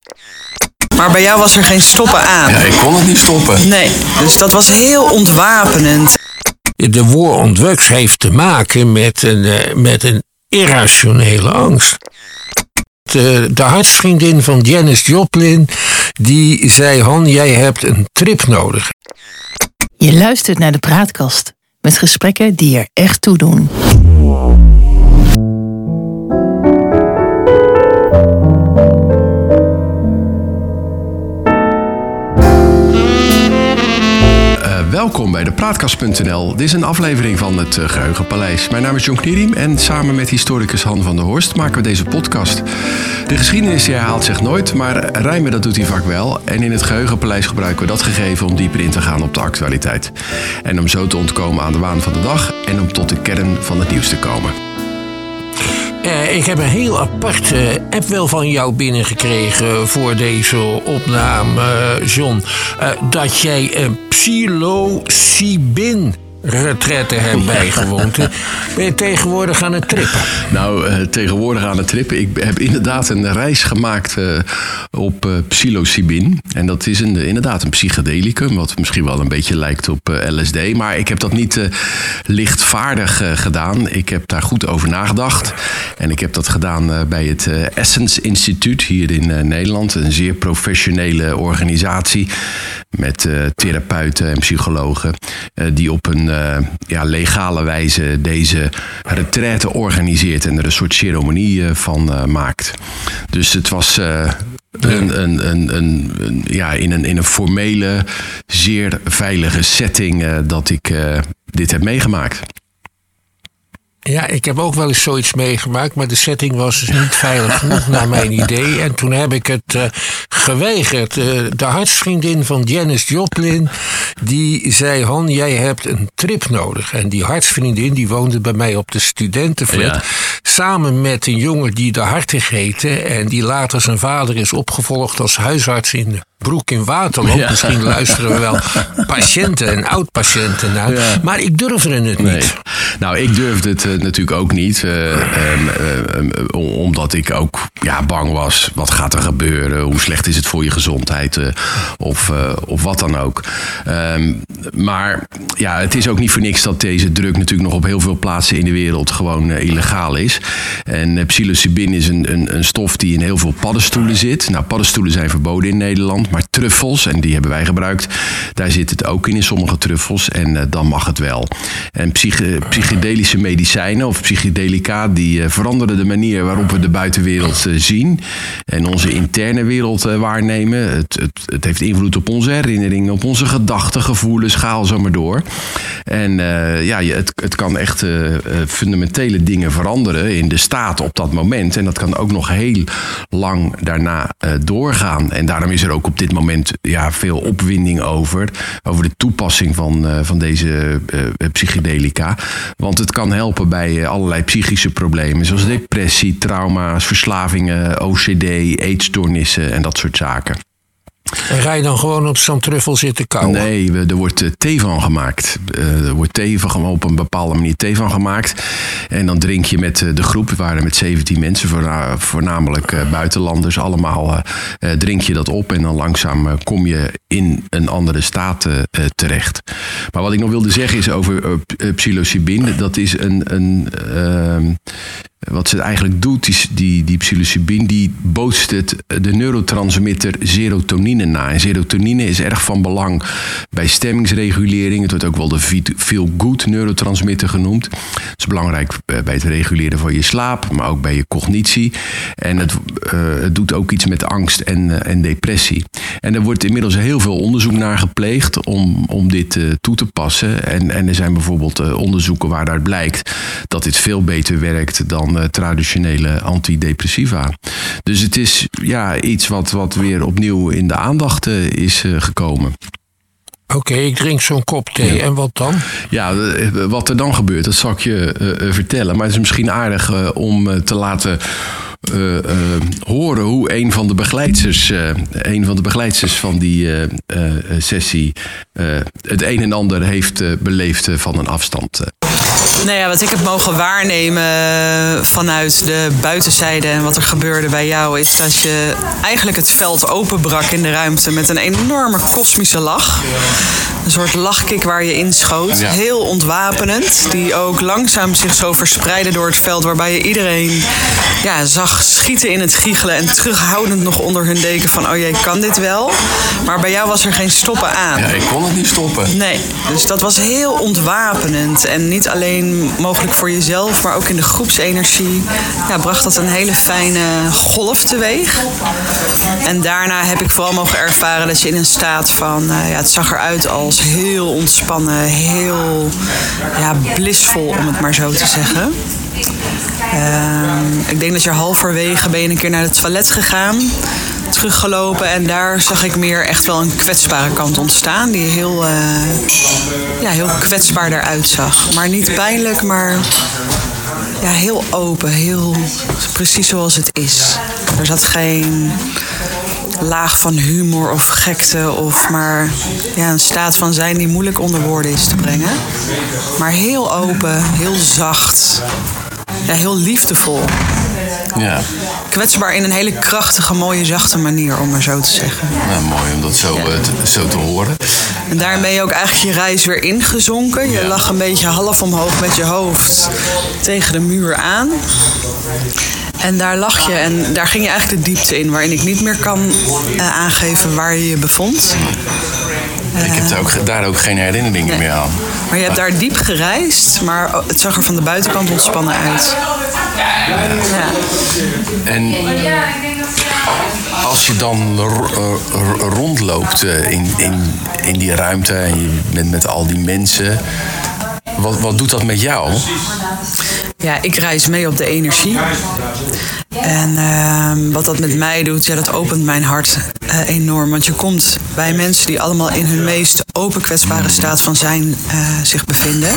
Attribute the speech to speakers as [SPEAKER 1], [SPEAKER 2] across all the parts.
[SPEAKER 1] Maar bij jou was er geen stoppen aan.
[SPEAKER 2] Ja, ik kon het niet stoppen.
[SPEAKER 1] Nee, dus dat was heel ontwapenend.
[SPEAKER 3] De war on drugs heeft te maken met een irrationele angst. De hartsvriendin van Janis Joplin, die zei: Han, jij hebt een trip nodig.
[SPEAKER 4] Je luistert naar de Praatkast, met gesprekken die er echt toe doen.
[SPEAKER 2] Welkom bij de Praatkast.nl. Dit is een aflevering van het Geheugenpaleis. Mijn naam is John Knieriem en samen met historicus Han van der Horst maken we deze podcast. De geschiedenis die herhaalt zich nooit, maar rijmen dat doet hij vaak wel. En in het Geheugenpaleis gebruiken we dat gegeven om dieper in te gaan op de actualiteit. En om zo te ontkomen aan de waan van de dag en om tot de kern van het nieuws te komen.
[SPEAKER 3] Ik heb een heel aparte app wel van jou binnengekregen voor deze opname, John. Dat jij een psilocybin retraite hebt bijgewoond. Ben je tegenwoordig aan het trippen?
[SPEAKER 2] Nou, tegenwoordig aan het trippen. Ik heb inderdaad een reis gemaakt op psilocybin. En dat is inderdaad een psychedelicum, wat misschien wel een beetje lijkt op LSD. Maar ik heb dat niet lichtvaardig gedaan. Ik heb daar goed over nagedacht. En ik heb dat gedaan bij het Essence Instituut hier in Nederland. Een zeer professionele organisatie met therapeuten en psychologen die op een legale wijze deze retraite organiseert en er een soort ceremonie van maakt. Dus het was in een formele, zeer veilige setting dat ik dit heb meegemaakt.
[SPEAKER 3] Ja, ik heb ook wel eens zoiets meegemaakt, maar de setting was dus niet veilig genoeg naar mijn idee. En toen heb ik het geweigerd. De hartsvriendin van Janis Joplin, die zei: Han, jij hebt een trip nodig. En die hartsvriendin, die woonde bij mij op de studentenflat. Ja. Samen met een jongen die de Hartig heette en die later zijn vader is opgevolgd als huisarts in Broek in Waterland. Ja. Misschien luisteren we wel patiënten en oud-patiënten naar. Ja. Maar ik durfde het niet.
[SPEAKER 2] Nee. Nou, ik durfde het natuurlijk ook niet. Omdat ik ook bang was. Wat gaat er gebeuren? Hoe slecht is het voor je gezondheid? Of wat dan ook. Maar ja, het is ook niet voor niks dat deze drug natuurlijk nog op heel veel plaatsen in de wereld gewoon illegaal is. En psilocybin is een stof die in heel veel paddenstoelen zit. Nou, paddenstoelen zijn verboden in Nederland. Maar truffels, en die hebben wij gebruikt, daar zit het ook in sommige truffels. En dan mag het wel. En psychedelische medicijnen of psychedelica, die veranderen de manier waarop we de buitenwereld zien. En onze interne wereld waarnemen. Het heeft invloed op onze herinneringen, op onze gedachten, gevoelens, ga zo maar door. En het kan echt fundamentele dingen veranderen in de staat op dat moment. En dat kan ook nog heel lang daarna doorgaan. En daarom is er ook op dit moment veel opwinding over de toepassing van deze psychedelica. Want het kan helpen bij allerlei psychische problemen, zoals depressie, trauma's, verslavingen, OCD, eetstoornissen en dat soort zaken.
[SPEAKER 3] En ga je dan gewoon op zo'n truffel zitten kauwen?
[SPEAKER 2] Nee, er wordt thee van gemaakt. Er wordt op een bepaalde manier thee van gemaakt. En dan drink je met de groep, we waren met 17 mensen, voornamelijk buitenlanders, allemaal drink je dat op. En dan langzaam kom je in een andere staat terecht. Maar wat ik nog wilde zeggen is over psilocybin. Dat is wat ze eigenlijk doet, die psilocybin, die bootst de neurotransmitter serotonine na. En serotonine is erg van belang bij stemmingsregulering. Het wordt ook wel de feel-good neurotransmitter genoemd. Het is belangrijk bij het reguleren van je slaap, maar ook bij je cognitie. En het doet ook iets met angst en depressie. En er wordt inmiddels heel veel onderzoek naar gepleegd om dit toe te passen. En er zijn bijvoorbeeld onderzoeken waaruit blijkt dat dit veel beter werkt dan traditionele antidepressiva. Dus het is iets wat weer opnieuw in de aandacht is gekomen.
[SPEAKER 3] Oké, ik drink zo'n kop thee. Ja. En wat dan?
[SPEAKER 2] Ja, wat er dan gebeurt, dat zal ik je vertellen. Maar het is misschien aardig om te laten horen hoe een van de begeleidsters van die sessie het een en ander heeft beleefd van een afstand.
[SPEAKER 1] Nou ja, wat ik heb mogen waarnemen vanuit de buitenzijde en wat er gebeurde bij jou, is dat je eigenlijk het veld openbrak in de ruimte met een enorme kosmische lach. Een soort lachkick waar je inschoot.
[SPEAKER 2] Ja.
[SPEAKER 1] Heel ontwapenend. Die ook langzaam zich zo verspreidde door het veld, waarbij je iedereen zag schieten in het giechelen en terughoudend nog onder hun deken van oh jee, kan dit wel? Maar bij jou was er geen stoppen aan.
[SPEAKER 2] Ja, ik kon het niet stoppen.
[SPEAKER 1] Nee, dus dat was heel ontwapenend. En niet alleen mogelijk voor jezelf, maar ook in de groepsenergie bracht dat een hele fijne golf teweeg. En daarna heb ik vooral mogen ervaren dat je in een staat van, het zag eruit als heel ontspannen, heel blissvol, om het maar zo te zeggen. Ik denk dat je halverwege ben je een keer naar het toilet gegaan, teruggelopen en daar zag ik meer echt wel een kwetsbare kant ontstaan die heel kwetsbaar eruit zag. Maar niet pijnlijk, maar heel open, heel precies zoals het is. Er zat geen laag van humor of gekte of maar een staat van zijn die moeilijk onder woorden is te brengen. Maar heel open, heel zacht, heel liefdevol.
[SPEAKER 2] Ja.
[SPEAKER 1] Kwetsbaar in een hele krachtige, mooie, zachte manier, om maar zo te zeggen.
[SPEAKER 2] Nou, mooi om dat zo te horen.
[SPEAKER 1] En daarin ben je ook eigenlijk je reis weer ingezonken. Je lag een beetje half omhoog met je hoofd tegen de muur aan. En daar lag je en daar ging je eigenlijk de diepte in, waarin ik niet meer kan aangeven waar je je bevond.
[SPEAKER 2] Ik heb daar ook geen herinneringen meer aan.
[SPEAKER 1] Maar je hebt daar diep gereisd, maar het zag er van de buitenkant ontspannen uit. Ja.
[SPEAKER 2] En als je dan rondloopt in die ruimte en je bent met al die mensen, wat doet dat met jou?
[SPEAKER 1] Ja, ik reis mee op de energie. En wat dat met mij doet, dat opent mijn hart enorm. Want je komt bij mensen die allemaal in hun meest open, kwetsbare staat van zijn zich bevinden.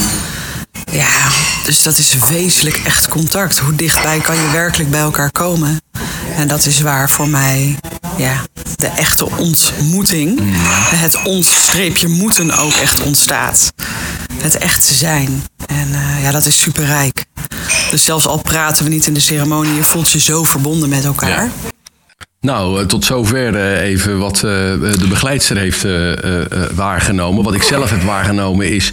[SPEAKER 1] Ja, dus dat is wezenlijk echt contact. Hoe dichtbij kan je werkelijk bij elkaar komen? En dat is waar voor mij de echte ontmoeting, het ontstreepje moeten ook echt ontstaat. Het echte zijn. En dat is superrijk. Dus zelfs al praten we niet in de ceremonie, je voelt je zo verbonden met elkaar. Ja.
[SPEAKER 2] Nou, tot zover even wat de begeleidster heeft waargenomen. Wat ik zelf heb waargenomen is,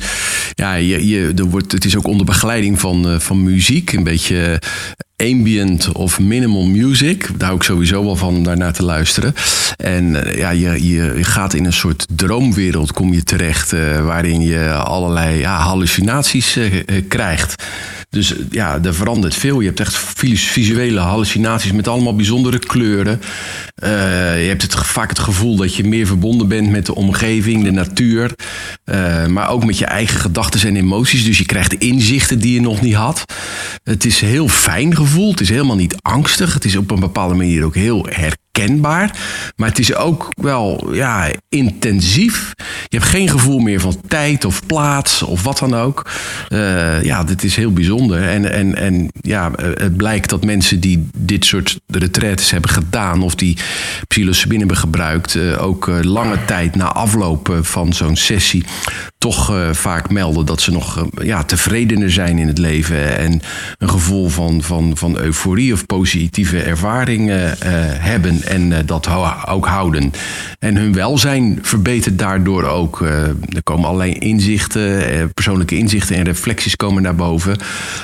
[SPEAKER 2] het is ook onder begeleiding van muziek, een beetje ambient of minimal music. Daar hou ik sowieso wel van om daarnaar te luisteren. En je gaat in een soort droomwereld, kom je terecht, waarin je allerlei hallucinaties krijgt. Dus er verandert veel. Je hebt echt visuele hallucinaties met allemaal bijzondere kleuren. Je hebt vaak het gevoel dat je meer verbonden bent met de omgeving, de natuur. Maar ook met je eigen gedachten en emoties. Dus je krijgt inzichten die je nog niet had. Het is een heel fijn gevoel. Het is helemaal niet angstig. Het is op een bepaalde manier ook heel herkenbaar. Maar het is ook wel intensief. Je hebt geen gevoel meer van tijd of plaats of wat dan ook. Dit is heel bijzonder. En het blijkt dat mensen die dit soort retraites hebben gedaan of die psilocybine hebben gebruikt, ook lange tijd na afloop van zo'n sessie toch vaak melden dat ze nog tevredener zijn in het leven en een gevoel van euforie of positieve ervaringen hebben en dat ook houden. En hun welzijn verbetert daardoor ook. Er komen allerlei inzichten, persoonlijke inzichten en reflecties komen naar boven.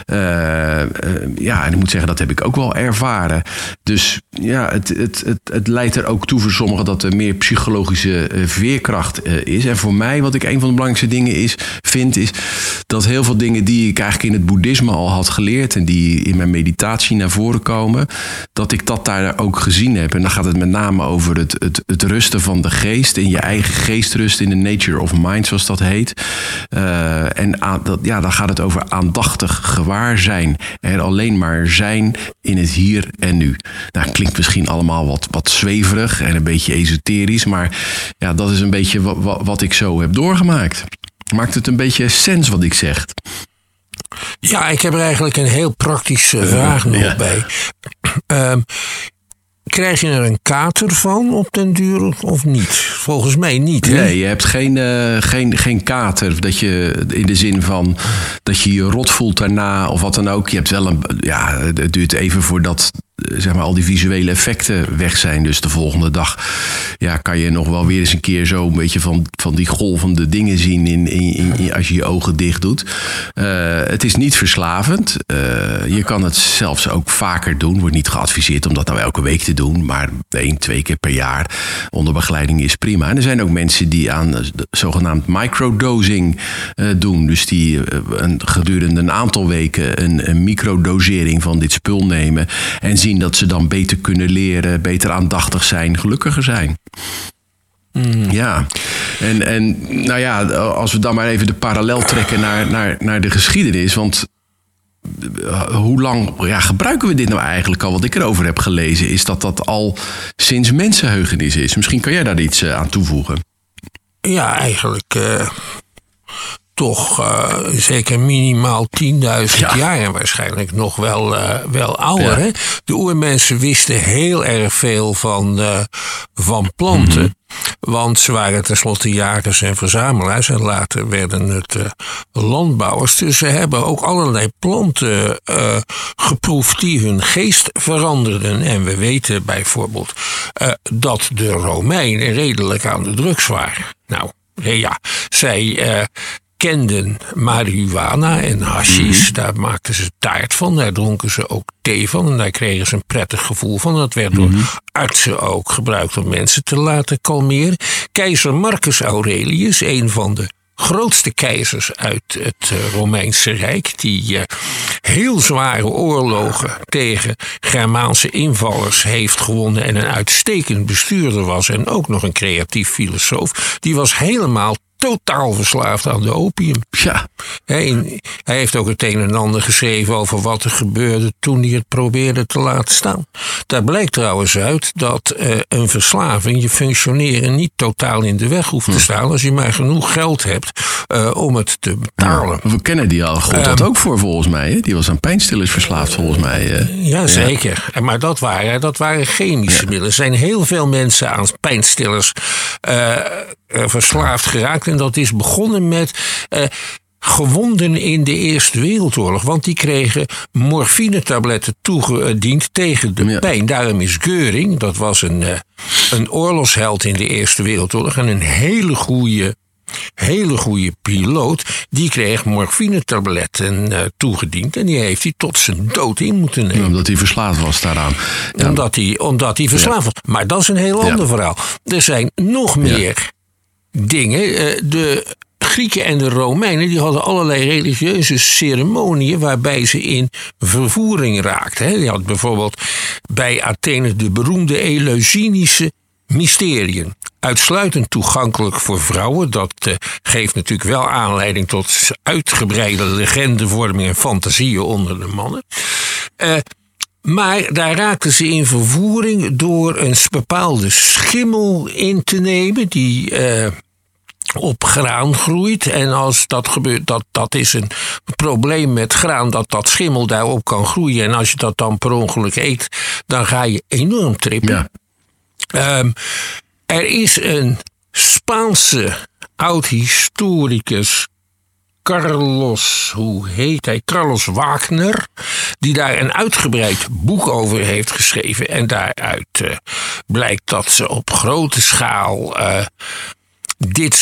[SPEAKER 2] En ik moet zeggen, dat heb ik ook wel ervaren. Dus het leidt er ook toe voor sommigen dat er meer psychologische veerkracht is. En voor mij, wat ik een van de belangrijkste dingen vind, is dat heel veel dingen die ik eigenlijk in het boeddhisme al had geleerd en die in mijn meditatie naar voren komen, dat ik dat daar ook gezien heb. En dan gaat het met name over het rusten van de geest, in je eigen geestrust, in de nature of mind, zoals dat heet. Dan gaat het over aandachtig gewaar zijn. Er alleen maar zijn in het hier en nu. Nou, klinkt misschien allemaal wat zweverig en een beetje esoterisch, maar dat is een beetje wat ik zo heb doorgemaakt. Maakt het een beetje sens wat ik zeg?
[SPEAKER 3] Ja, ik heb er eigenlijk een heel praktische vraag nog bij. krijg je er een kater van op den duur of niet? Volgens mij niet. Hè?
[SPEAKER 2] Nee, je hebt geen kater. Dat je in de zin van dat je je rot voelt daarna of wat dan ook. Je hebt wel het duurt even voordat zeg maar al die visuele effecten weg zijn. Dus de volgende dag kan je nog wel weer eens een keer zo een beetje van die golvende dingen zien in als je je ogen dicht doet. Het is niet verslavend. Je kan het zelfs ook vaker doen. Wordt niet geadviseerd om dat nou elke week te doen, maar 1-2 keer per jaar onder begeleiding is prima. En er zijn ook mensen die aan zogenaamd microdosing doen. Dus die gedurende een aantal weken een microdosering van dit spul nemen en zien dat ze dan beter kunnen leren, beter aandachtig zijn, gelukkiger zijn. Ja, en nou ja, als we dan maar even de parallel trekken naar de geschiedenis, want hoe lang gebruiken we dit nou eigenlijk al? Wat ik erover heb gelezen is dat al sinds mensenheugenis is. Misschien kan jij daar iets aan toevoegen.
[SPEAKER 3] Ja, eigenlijk toch zeker minimaal 10.000 jaar en waarschijnlijk nog wel ouder. Hè? De oermensen wisten heel erg veel van planten. Mm-hmm. Want ze waren tenslotte jagers en verzamelaars en later werden het landbouwers. Dus ze hebben ook allerlei planten geproefd die hun geest veranderden. En we weten bijvoorbeeld dat de Romeinen redelijk aan de drugs waren. Nou, ja, zij kenden marihuana en hashish. Mm-hmm. Daar maakten ze taart van. Daar dronken ze ook thee van. En daar kregen ze een prettig gevoel van. Dat werd door artsen ook gebruikt om mensen te laten kalmeren. Keizer Marcus Aurelius, een van de grootste keizers uit het Romeinse Rijk, die heel zware oorlogen tegen Germaanse invallers heeft gewonnen en een uitstekend bestuurder was en ook nog een creatief filosoof, die was helemaal totaal verslaafd aan de opium.
[SPEAKER 2] Ja.
[SPEAKER 3] Hij heeft ook het een en ander geschreven over wat er gebeurde toen hij het probeerde te laten staan. Daar blijkt trouwens uit dat een verslaving je functioneren niet totaal in de weg hoeft te staan als je maar genoeg geld hebt om het te betalen.
[SPEAKER 2] We kennen die al goed dat ook voor volgens mij. Hè? Die was aan pijnstillers verslaafd volgens mij.
[SPEAKER 3] Ja, zeker. Maar dat waren chemische middelen. Er zijn heel veel mensen aan pijnstillers verslaafd geraakt. En dat is begonnen met gewonden in de Eerste Wereldoorlog. Want die kregen morfinetabletten toegediend tegen de pijn. Daarom is Göring, dat was een oorlogsheld in de Eerste Wereldoorlog en een hele goede piloot, die kreeg morfinetabletten toegediend en die heeft hij tot zijn dood in moeten nemen.
[SPEAKER 2] Omdat hij verslaafd was daaraan.
[SPEAKER 3] Ja. Omdat hij verslaafd was. Maar dat is een heel ander verhaal. Er zijn nog meer dingen. De Grieken en de Romeinen die hadden allerlei religieuze ceremonieën waarbij ze in vervoering raakten. Je had bijvoorbeeld bij Athene de beroemde Eleusinische mysteriën. Uitsluitend toegankelijk voor vrouwen. Dat geeft natuurlijk wel aanleiding tot uitgebreide legendevorming en fantasieën onder de mannen. Maar daar raakten ze in vervoering door een bepaalde schimmel in te nemen die op graan groeit. En als dat gebeurt, dat is een probleem met graan, dat schimmel daarop kan groeien. En als je dat dan per ongeluk eet, dan ga je enorm trippen. Ja. Er is een Spaanse oud-historicus, Carlos Wagner, die daar een uitgebreid boek over heeft geschreven. En daaruit blijkt dat ze op grote schaal dit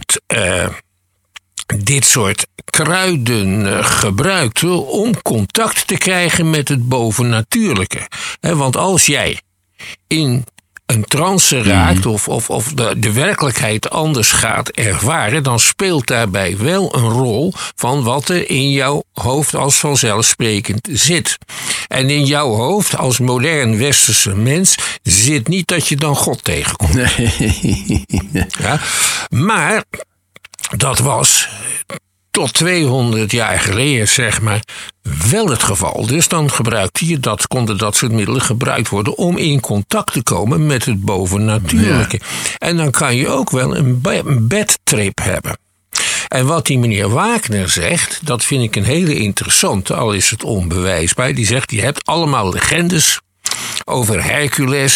[SPEAKER 3] soort kruiden gebruikten om contact te krijgen met het bovennatuurlijke. Want als jij in een trance raakt of de werkelijkheid anders gaat ervaren, dan speelt daarbij wel een rol van wat er in jouw hoofd als vanzelfsprekend zit. En in jouw hoofd als modern westerse mens zit niet dat je dan God tegenkomt. Nee. Ja? Maar dat was tot 200 jaar geleden, zeg maar, wel het geval. Dus dan konden dat soort middelen gebruikt worden om in contact te komen met het bovennatuurlijke. Ja. En dan kan je ook wel een bedtrip hebben. En wat die meneer Wagner zegt, dat vind ik een hele interessante, al is het onbewijsbaar. Die zegt, je hebt allemaal legendes over Hercules,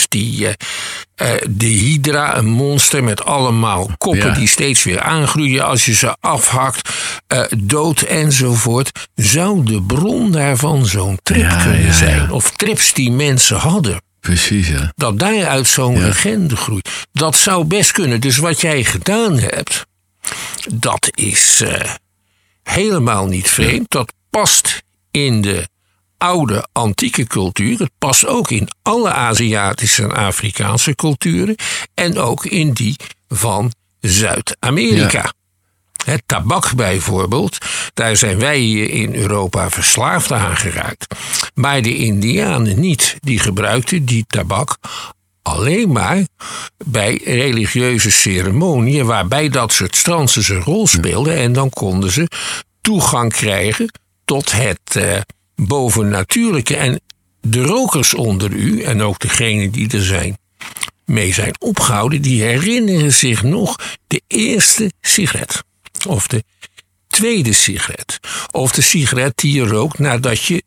[SPEAKER 3] de Hydra, een monster met allemaal koppen die steeds weer aangroeien als je ze afhakt, dood enzovoort. Zou de bron daarvan zo'n trip kunnen zijn? Of trips die mensen hadden?
[SPEAKER 2] Precies, ja.
[SPEAKER 3] Dat daaruit zo'n legende groeit. Dat zou best kunnen. Dus wat jij gedaan hebt, dat is helemaal niet vreemd. Dat past in de oude antieke cultuur. Het past ook in alle Aziatische en Afrikaanse culturen. En ook in die van Zuid-Amerika. Ja. Het tabak bijvoorbeeld, daar zijn wij hier in Europa verslaafd aan geraakt. Maar de Indianen niet. Die gebruikten die tabak alleen maar bij religieuze ceremoniën, waarbij dat soort trances een rol speelden. En dan konden ze toegang krijgen tot het bovennatuurlijke. En de rokers onder u, en ook degenen die er mee zijn opgehouden, die herinneren zich nog de eerste sigaret. Of de tweede sigaret. Of de sigaret die je rookt nadat je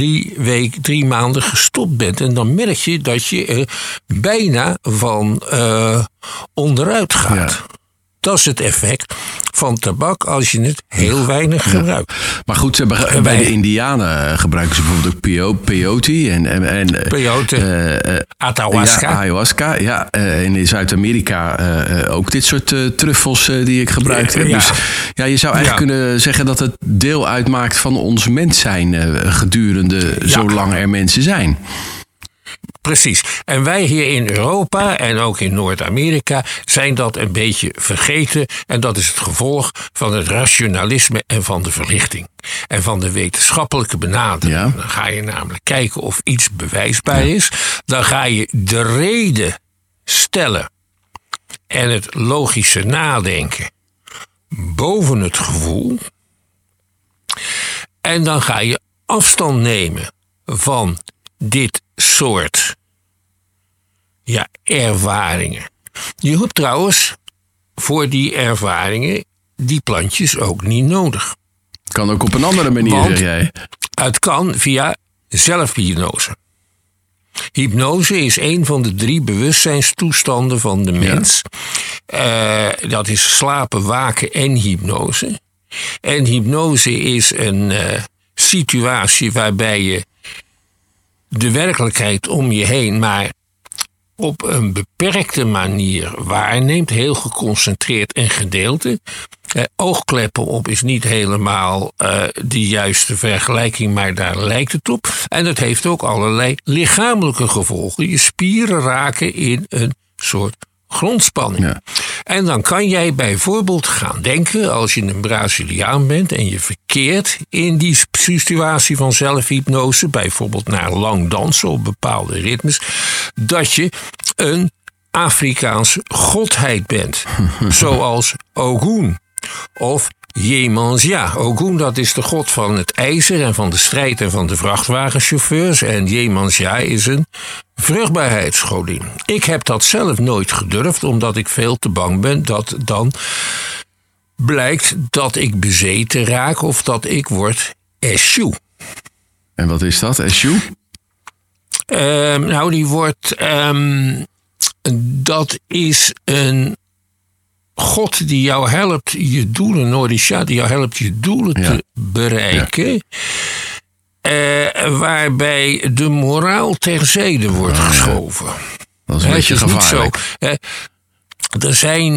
[SPEAKER 3] 3 maanden gestopt bent. En dan merk je dat je er bijna van onderuit gaat. Ja. Dat is het effect van tabak als je het heel weinig gebruikt.
[SPEAKER 2] Maar goed, bij de Indianen gebruiken ze bijvoorbeeld ook peyote en
[SPEAKER 3] peyote, ayahuasca.
[SPEAKER 2] Ja, ayahuasca, ja. En in Zuid-Amerika ook dit soort truffels die ik gebruikt heb. Ja. Dus ja, je zou eigenlijk kunnen zeggen dat het deel uitmaakt van ons mens zijn gedurende zolang er mensen zijn.
[SPEAKER 3] Precies. En wij hier in Europa en ook in Noord-Amerika zijn dat een beetje vergeten. En dat is het gevolg van het rationalisme en van de verlichting. En van de wetenschappelijke benadering. Ja. Dan ga je namelijk kijken of iets bewijsbaar is. Dan ga je de reden stellen en het logische nadenken boven het gevoel. En dan ga je afstand nemen van dit soort ervaringen. Je hebt trouwens voor die ervaringen die plantjes ook niet nodig.
[SPEAKER 2] Kan ook op een andere manier, zeg jij.
[SPEAKER 3] Het kan via zelfhypnose. Hypnose is een van de 3 bewustzijnstoestanden van de mens. Ja. Dat is slapen, waken en hypnose. En hypnose is een situatie waarbij je de werkelijkheid om je heen maar op een beperkte manier waarneemt, heel geconcentreerd en gedeelte. Oogkleppen op is niet helemaal de juiste vergelijking, maar daar lijkt het op. En dat heeft ook allerlei lichamelijke gevolgen. Je spieren raken in een soort grondspanning. Ja. En dan kan jij bijvoorbeeld gaan denken, als je een Braziliaan bent en je verkeert in die situatie van zelfhypnose, bijvoorbeeld naar lang dansen op bepaalde ritmes, dat je een Afrikaanse godheid bent. Zoals Ogun of Yemanjá. Ogun, dat is de god van het ijzer en van de strijd en van de vrachtwagenchauffeurs. En Yemanjá is een vruchtbaarheidsgodin. Ik heb dat zelf nooit gedurfd, omdat ik veel te bang ben dat dan blijkt dat ik bezeten raak of dat ik word Eshu.
[SPEAKER 2] En wat is dat, Eshu?
[SPEAKER 3] Die wordt... dat is een God die jou helpt je doelen, Noordisha, die jou helpt je doelen te bereiken. Ja. Waarbij de moraal terzijde wordt geschoven.
[SPEAKER 2] Dat is een beetje gevaarlijk.
[SPEAKER 3] Niet zo. Er zijn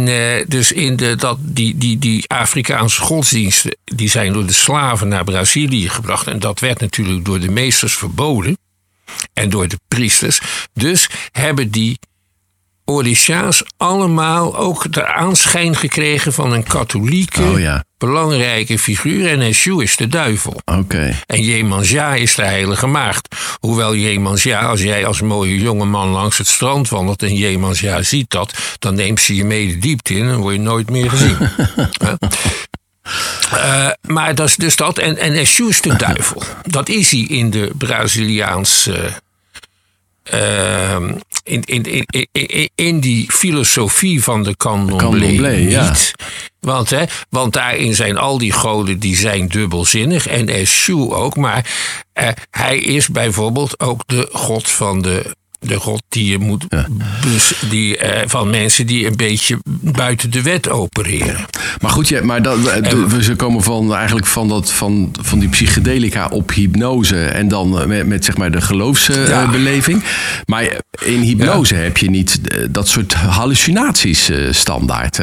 [SPEAKER 3] die Afrikaanse godsdiensten, die zijn door de slaven naar Brazilië gebracht. En dat werd natuurlijk door de meesters verboden. En door de priesters. Dus hebben die Orisha's allemaal ook de aanschijn gekregen van een katholieke belangrijke figuur. En Eshu is de duivel.
[SPEAKER 2] Okay.
[SPEAKER 3] En Yemanjá is de heilige maagd. Hoewel Yemanjá, als jij als mooie jongeman langs het strand wandelt en Yemanjá ziet dat, dan neemt ze je mee de diepte in en word je nooit meer gezien. Maar dat is dus dat. En Eshu is de duivel. Dat is hij in de Braziliaanse in die filosofie van de Candomblé niet. Ja. Want daarin zijn al die goden die zijn dubbelzinnig. En Eshu ook. Maar hij is bijvoorbeeld ook de god van de god die je moet. Ja. Van mensen die een beetje buiten de wet opereren.
[SPEAKER 2] Maar goed, ze komen van die psychedelica op hypnose. En dan met zeg maar de geloofsbeleving. Maar in hypnose heb je niet dat soort hallucinaties standaard.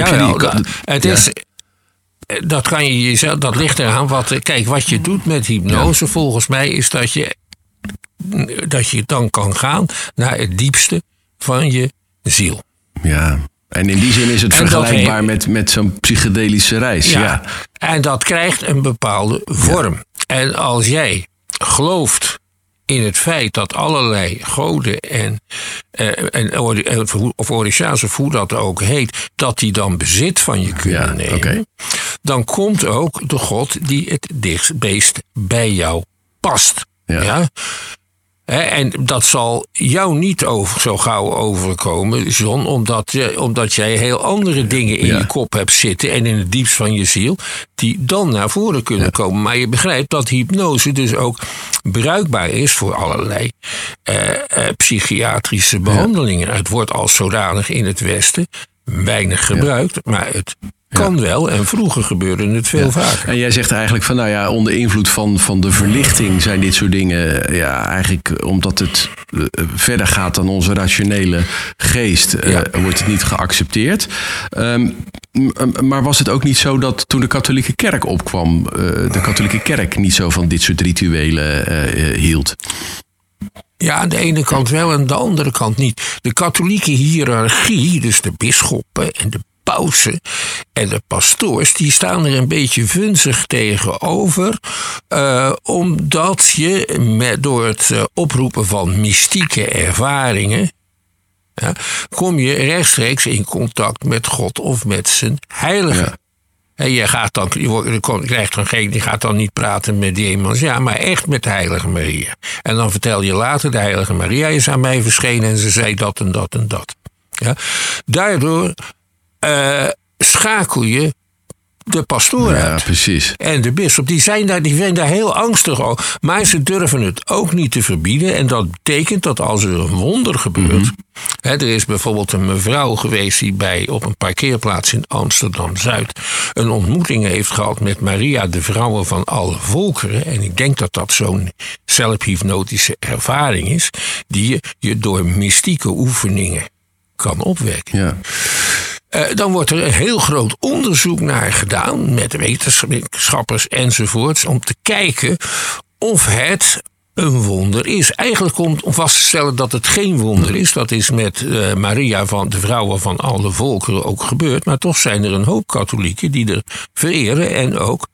[SPEAKER 3] Dat kan je jezelf. Dat ligt eraan wat je doet met hypnose. Volgens mij is dat je dan kan gaan naar het diepste van je ziel.
[SPEAKER 2] Ja, en in die zin is het vergelijkbaar met zo'n psychedelische reis. Ja.
[SPEAKER 3] En dat krijgt een bepaalde vorm. Ja. En als jij gelooft in het feit dat allerlei goden of orisha's, of hoe dat ook heet, dat die dan bezit van je kunnen nemen, dan komt ook de god die het dichtst bij jou past. Ja? En dat zal jou niet zo gauw overkomen, John, omdat jij heel andere dingen in je kop hebt zitten en in het diepst van je ziel, die dan naar voren kunnen komen. Maar je begrijpt dat hypnose dus ook bruikbaar is voor allerlei psychiatrische behandelingen. Het wordt als zodanig in het Westen weinig gebruikt, maar het kan wel, en vroeger gebeurde het veel vaker.
[SPEAKER 2] En jij zegt eigenlijk van, onder invloed van de verlichting zijn dit soort dingen, eigenlijk omdat het verder gaat dan onze rationele geest, wordt het niet geaccepteerd. Maar was het ook niet zo dat toen de katholieke kerk opkwam, de katholieke kerk niet zo van dit soort rituelen hield?
[SPEAKER 3] Ja, aan de ene kant wel en aan de andere kant niet. De katholieke hiërarchie, dus de bisschoppen en de pausen en de pastoors, die staan er een beetje vunzig tegenover, omdat je door het oproepen van mystieke ervaringen, kom je rechtstreeks in contact met God of met zijn heilige. Ja. En je gaat dan niet praten met demons, maar echt met de heilige Maria. En dan vertel je later, de heilige Maria is aan mij verschenen en ze zei dat en dat en dat. Ja? Daardoor schakel je de pastoor uit. Precies. En de bisschop, die zijn daar heel angstig over. Maar ze durven het ook niet te verbieden. En dat betekent dat als er een wonder gebeurt. Er is bijvoorbeeld een mevrouw geweest die op een parkeerplaats in Amsterdam-Zuid een ontmoeting heeft gehad met Maria, de vrouwe van alle volkeren. En ik denk dat dat zo'n zelfhypnotische ervaring is, die je door mystieke oefeningen kan opwekken. Ja. Dan wordt er een heel groot onderzoek naar gedaan met wetenschappers enzovoorts, om te kijken of het een wonder is. Eigenlijk om vast te stellen dat het geen wonder is. Dat is met Maria, van de vrouwen van alle volkeren, ook gebeurd. Maar toch zijn er een hoop katholieken die er vereren en ook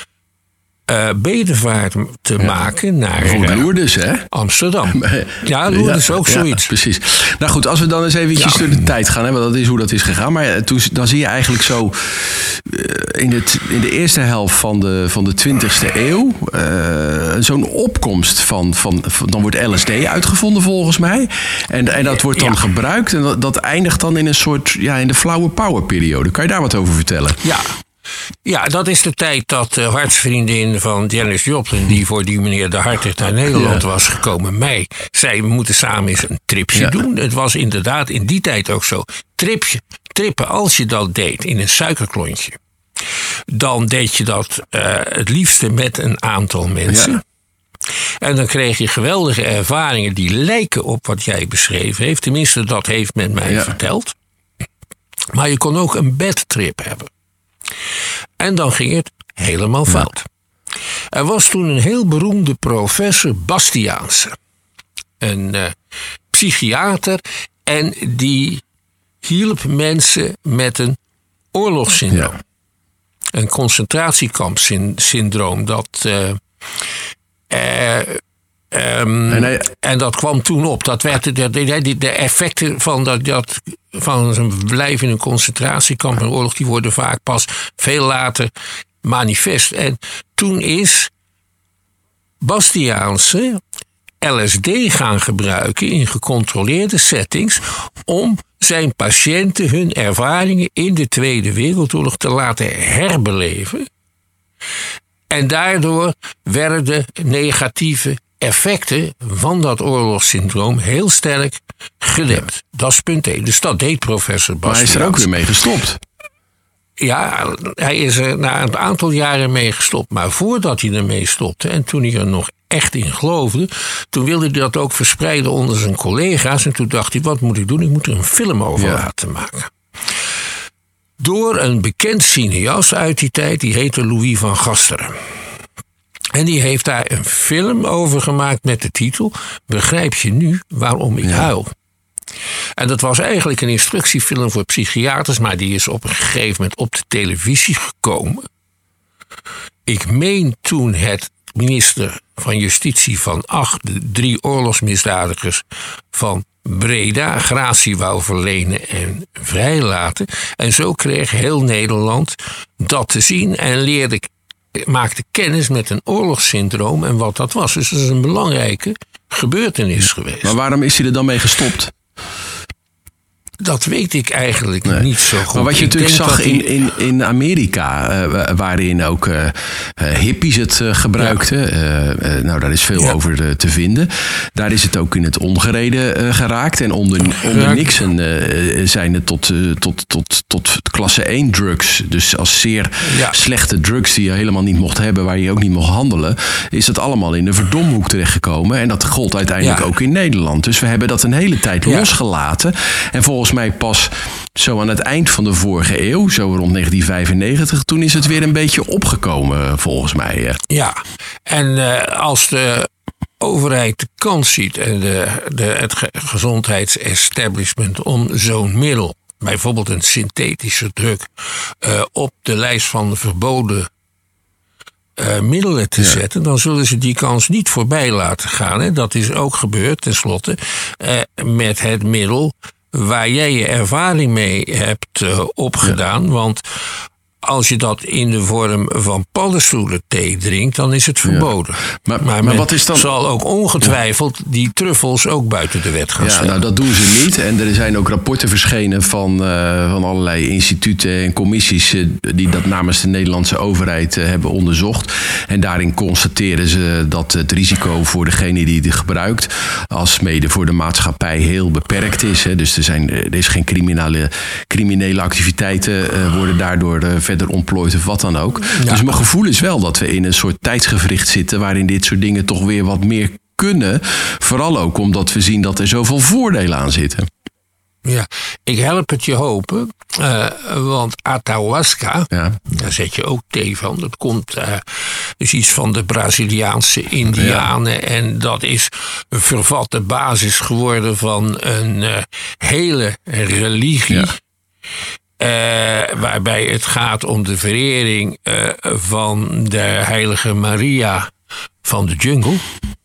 [SPEAKER 3] bedevaart te maken naar
[SPEAKER 2] Lourdes, hè?
[SPEAKER 3] Amsterdam. Ja, Lourdes is ook zoiets.
[SPEAKER 2] Ja, precies. Nou goed, als we dan eens eventjes door de tijd gaan, want dat is hoe dat is gegaan. Maar dan zie je eigenlijk zo in de eerste helft van de 20e eeuw zo'n opkomst van dan wordt LSD uitgevonden volgens mij. En dat wordt dan gebruikt en dat eindigt dan in een soort, in de flauwe power periode. Kan je daar wat over vertellen?
[SPEAKER 3] Ja, dat is de tijd dat de hartsvriendin van Janis Joplin, die voor die meneer de Hartog naar Nederland was gekomen, mij zei, we moeten samen eens een tripje doen. Het was inderdaad in die tijd ook zo. Trippen, als je dat deed in een suikerklontje, dan deed je dat het liefste met een aantal mensen. Ja. En dan kreeg je geweldige ervaringen die lijken op wat jij beschreven heeft. Tenminste, dat heeft men mij verteld. Maar je kon ook een bedtrip hebben. En dan ging het helemaal fout. Er was toen een heel beroemde professor Bastiaanse. Een psychiater. En die hielp mensen met een oorlogssyndroom. Ja. Een concentratiekampsyndroom. En dat kwam toen op. Dat werd de effecten van zijn verblijf in een concentratiekamp en oorlog, die worden vaak pas veel later manifest. En toen is Bastiaanse LSD gaan gebruiken in gecontroleerde settings om zijn patiënten hun ervaringen in de Tweede Wereldoorlog te laten herbeleven. En daardoor werden de negatieve effecten van dat oorlogssyndroom heel sterk gedempt. Dat is punt 1. Dus dat deed professor Bastiaans.
[SPEAKER 2] Maar hij is er ook weer mee gestopt.
[SPEAKER 3] Ja, hij is er na een aantal jaren mee gestopt. Maar voordat hij ermee stopte en toen hij er nog echt in geloofde, toen wilde hij dat ook verspreiden onder zijn collega's. En toen dacht hij, wat moet ik doen? Ik moet er een film over laten maken. Door een bekend cineast uit die tijd, die heette Louis van Gasteren. En die heeft daar een film over gemaakt met de titel Begrijp je nu waarom ik huil? En dat was eigenlijk een instructiefilm voor psychiaters, maar die is op een gegeven moment op de televisie gekomen. Ik meen toen het minister van Justitie van Ach de 3 oorlogsmisdadigers van Breda gratie wou verlenen en vrijlaten. En zo kreeg heel Nederland dat te zien en maakte kennis met een oorlogssyndroom en wat dat was. Dus dat is een belangrijke gebeurtenis geweest.
[SPEAKER 2] Maar waarom is hij er dan mee gestopt?
[SPEAKER 3] Dat weet ik eigenlijk niet zo goed.
[SPEAKER 2] Maar wat je natuurlijk zag in Amerika, waarin ook hippies het gebruikten. Nou, daar is veel over te vinden. Daar is het ook in het ongereden geraakt. En onder Nixon zijn het tot klasse 1 drugs. Dus als zeer slechte drugs die je helemaal niet mocht hebben, waar je ook niet mocht handelen, is dat allemaal in de verdomhoek terechtgekomen. En dat gold uiteindelijk ook in Nederland. Dus we hebben dat een hele tijd losgelaten. En volgens mij pas zo aan het eind van de vorige eeuw, zo rond 1995, toen is het weer een beetje opgekomen, volgens mij.
[SPEAKER 3] Ja, en als de overheid de kans ziet en het gezondheidsestablishment om zo'n middel, bijvoorbeeld een synthetische drug, op de lijst van de verboden middelen te zetten, dan zullen ze die kans niet voorbij laten gaan. Hè. Dat is ook gebeurd, tenslotte, met het middel waar jij je ervaring mee hebt opgedaan. Want als je dat in de vorm van paddenstoelenthee drinkt, dan is het verboden. Maar wat is dan? Zal ook ongetwijfeld die truffels ook buiten de wet gaan stellen.
[SPEAKER 2] Nou, dat doen ze niet. En er zijn ook rapporten verschenen van allerlei instituten en commissies die dat namens de Nederlandse overheid hebben onderzocht. En daarin constateren ze dat het risico voor degene die het gebruikt, als mede voor de maatschappij, heel beperkt is. Hè. Dus er is geen criminele activiteiten worden daardoor verder ontplooit of wat dan ook. Ja. Dus mijn gevoel is wel dat we in een soort tijdsgewricht zitten waarin dit soort dingen toch weer wat meer kunnen. Vooral ook omdat we zien dat er zoveel voordelen aan zitten.
[SPEAKER 3] Ja, ik help het je hopen. Want ayahuasca, daar zet je ook thee van. Dat komt dus iets van de Braziliaanse Indianen. En dat is een vervatte basis geworden van een hele religie. Ja. Waarbij het gaat om de verering van de heilige Maria van de jungle.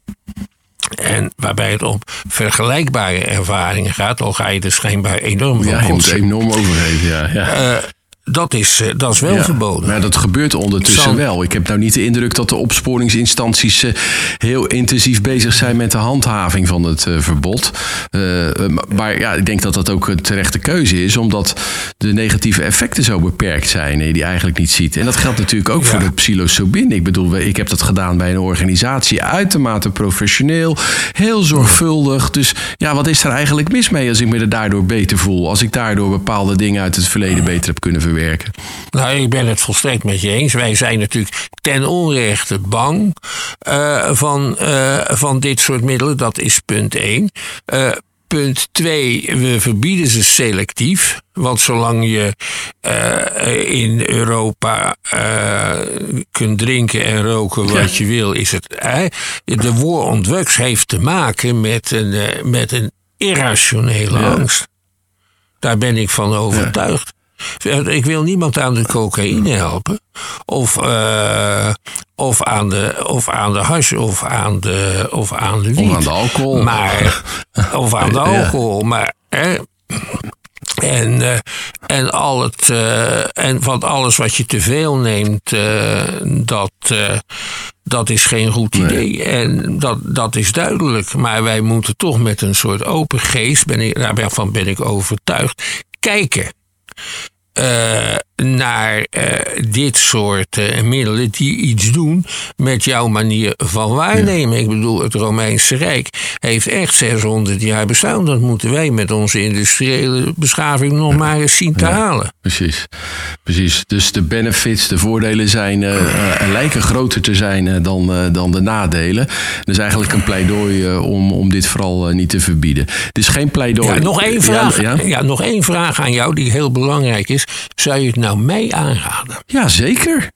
[SPEAKER 3] En waarbij het om vergelijkbare ervaringen gaat, al ga je er schijnbaar enorm van
[SPEAKER 2] je moet er enorm overgeven,
[SPEAKER 3] Dat is wel verboden.
[SPEAKER 2] Maar dat gebeurt ondertussen wel. Ik heb nou niet de indruk dat de opsporingsinstanties heel intensief bezig zijn met de handhaving van het verbod. Maar ik denk dat dat ook een terechte keuze is, omdat de negatieve effecten zo beperkt zijn en je die eigenlijk niet ziet. En dat geldt natuurlijk ook voor de psilocybin. Ik bedoel, ik heb dat gedaan bij een organisatie, uitermate professioneel, heel zorgvuldig. Dus wat is er eigenlijk mis mee als ik me er daardoor beter voel? Als ik daardoor bepaalde dingen uit het verleden beter heb kunnen verwerken?
[SPEAKER 3] Nou, ik ben het volstrekt met je eens. Wij zijn natuurlijk ten onrechte bang van dit soort middelen. Dat is punt 1. Punt 2, we verbieden ze selectief. Want zolang je in Europa kunt drinken en roken wat je wil, is het. De war on drugs heeft te maken met een irrationele angst. Daar ben ik van overtuigd. Ik wil niemand aan de cocaïne helpen. Of aan de hash of aan de wiet.
[SPEAKER 2] Of aan de alcohol.
[SPEAKER 3] Of aan de alcohol. Maar van alles wat je te veel neemt, Dat is geen goed idee. En dat is duidelijk. Maar wij moeten toch met een soort open geest, daarvan ben ik overtuigd, kijken naar dit soort middelen die iets doen met jouw manier van waarnemen. Ja. Ik bedoel, het Romeinse Rijk heeft echt 600 jaar bestaan. Dat moeten wij met onze industriële beschaving nog maar eens zien te halen.
[SPEAKER 2] Precies. Dus de benefits, de voordelen lijken groter te zijn dan de nadelen. Dat is eigenlijk een pleidooi om dit vooral niet te verbieden. Het is geen pleidooi.
[SPEAKER 3] Ja, nog één vraag. Ja, nog één vraag aan jou die heel belangrijk is. Zou je het nou mij aanraden?
[SPEAKER 2] Ja, zeker.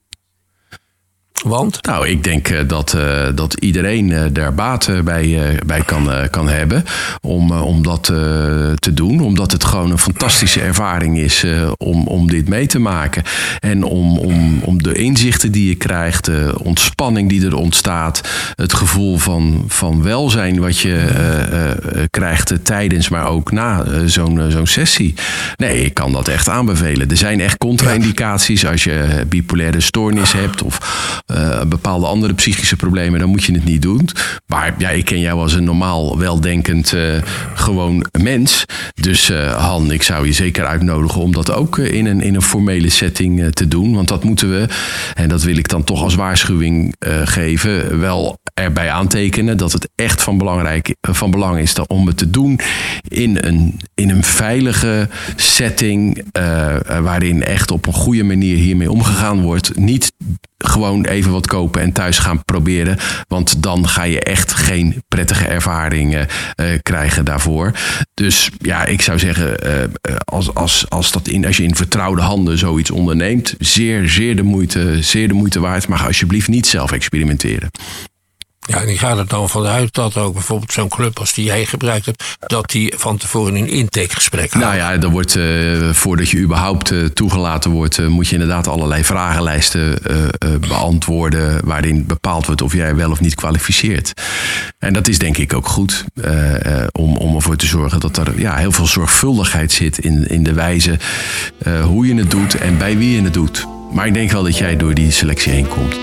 [SPEAKER 3] Want?
[SPEAKER 2] Nou, ik denk dat iedereen daar baat bij kan hebben om dat te doen. Omdat het gewoon een fantastische ervaring is om dit mee te maken. En om de inzichten die je krijgt, de ontspanning die er ontstaat, het gevoel van welzijn wat je krijgt tijdens, maar ook na zo'n sessie. Nee, ik kan dat echt aanbevelen. Er zijn echt contra-indicaties als je bipolaire stoornis hebt of bepaalde andere psychische problemen, dan moet je het niet doen. Maar ja, ik ken jou als een normaal weldenkend gewoon mens. Dus Han, ik zou je zeker uitnodigen om dat ook in een formele setting te doen. Want dat moeten we, en dat wil ik dan toch als waarschuwing geven, wel erbij aantekenen dat het echt van belang is om het te doen in een veilige setting waarin echt op een goede manier hiermee omgegaan wordt. Niet gewoon even wat kopen en thuis gaan proberen. Want dan ga je echt geen prettige ervaringen krijgen daarvoor. Dus ja, ik zou zeggen, als je in vertrouwde handen zoiets onderneemt, zeer de moeite waard. Maar ga alsjeblieft niet zelf experimenteren.
[SPEAKER 3] Ja, en ik ga er dan vanuit dat ook bijvoorbeeld zo'n club als die jij gebruikt hebt, dat die van tevoren een intakegesprek houdt.
[SPEAKER 2] Nou ja, dan wordt, voordat je überhaupt toegelaten wordt, moet je inderdaad allerlei vragenlijsten beantwoorden waarin bepaald wordt of jij wel of niet kwalificeert. En dat is denk ik ook goed om ervoor te zorgen dat er heel veel zorgvuldigheid zit in de wijze hoe je het doet en bij wie je het doet. Maar ik denk wel dat jij door die selectie heen komt.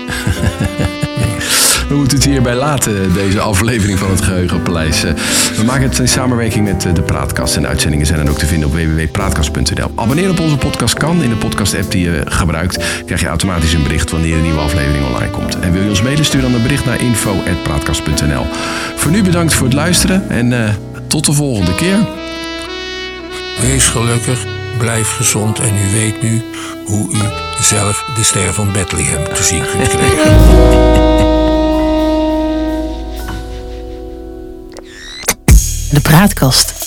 [SPEAKER 2] We moeten het hierbij laten, deze aflevering van het Geheugenpaleis. We maken het in samenwerking met de Praatkast. En de uitzendingen zijn dan ook te vinden op www.praatkast.nl. Abonneren op onze podcast kan. In de podcast-app die je gebruikt krijg je automatisch een bericht wanneer een nieuwe aflevering online komt. En wil je ons mailen, stuur dan een bericht naar info@praatkast.nl. Voor nu bedankt voor het luisteren en tot de volgende keer.
[SPEAKER 3] Wees gelukkig, blijf gezond en u weet nu hoe u zelf de ster van Bethlehem te zien kunt krijgen.
[SPEAKER 4] De Praatkast.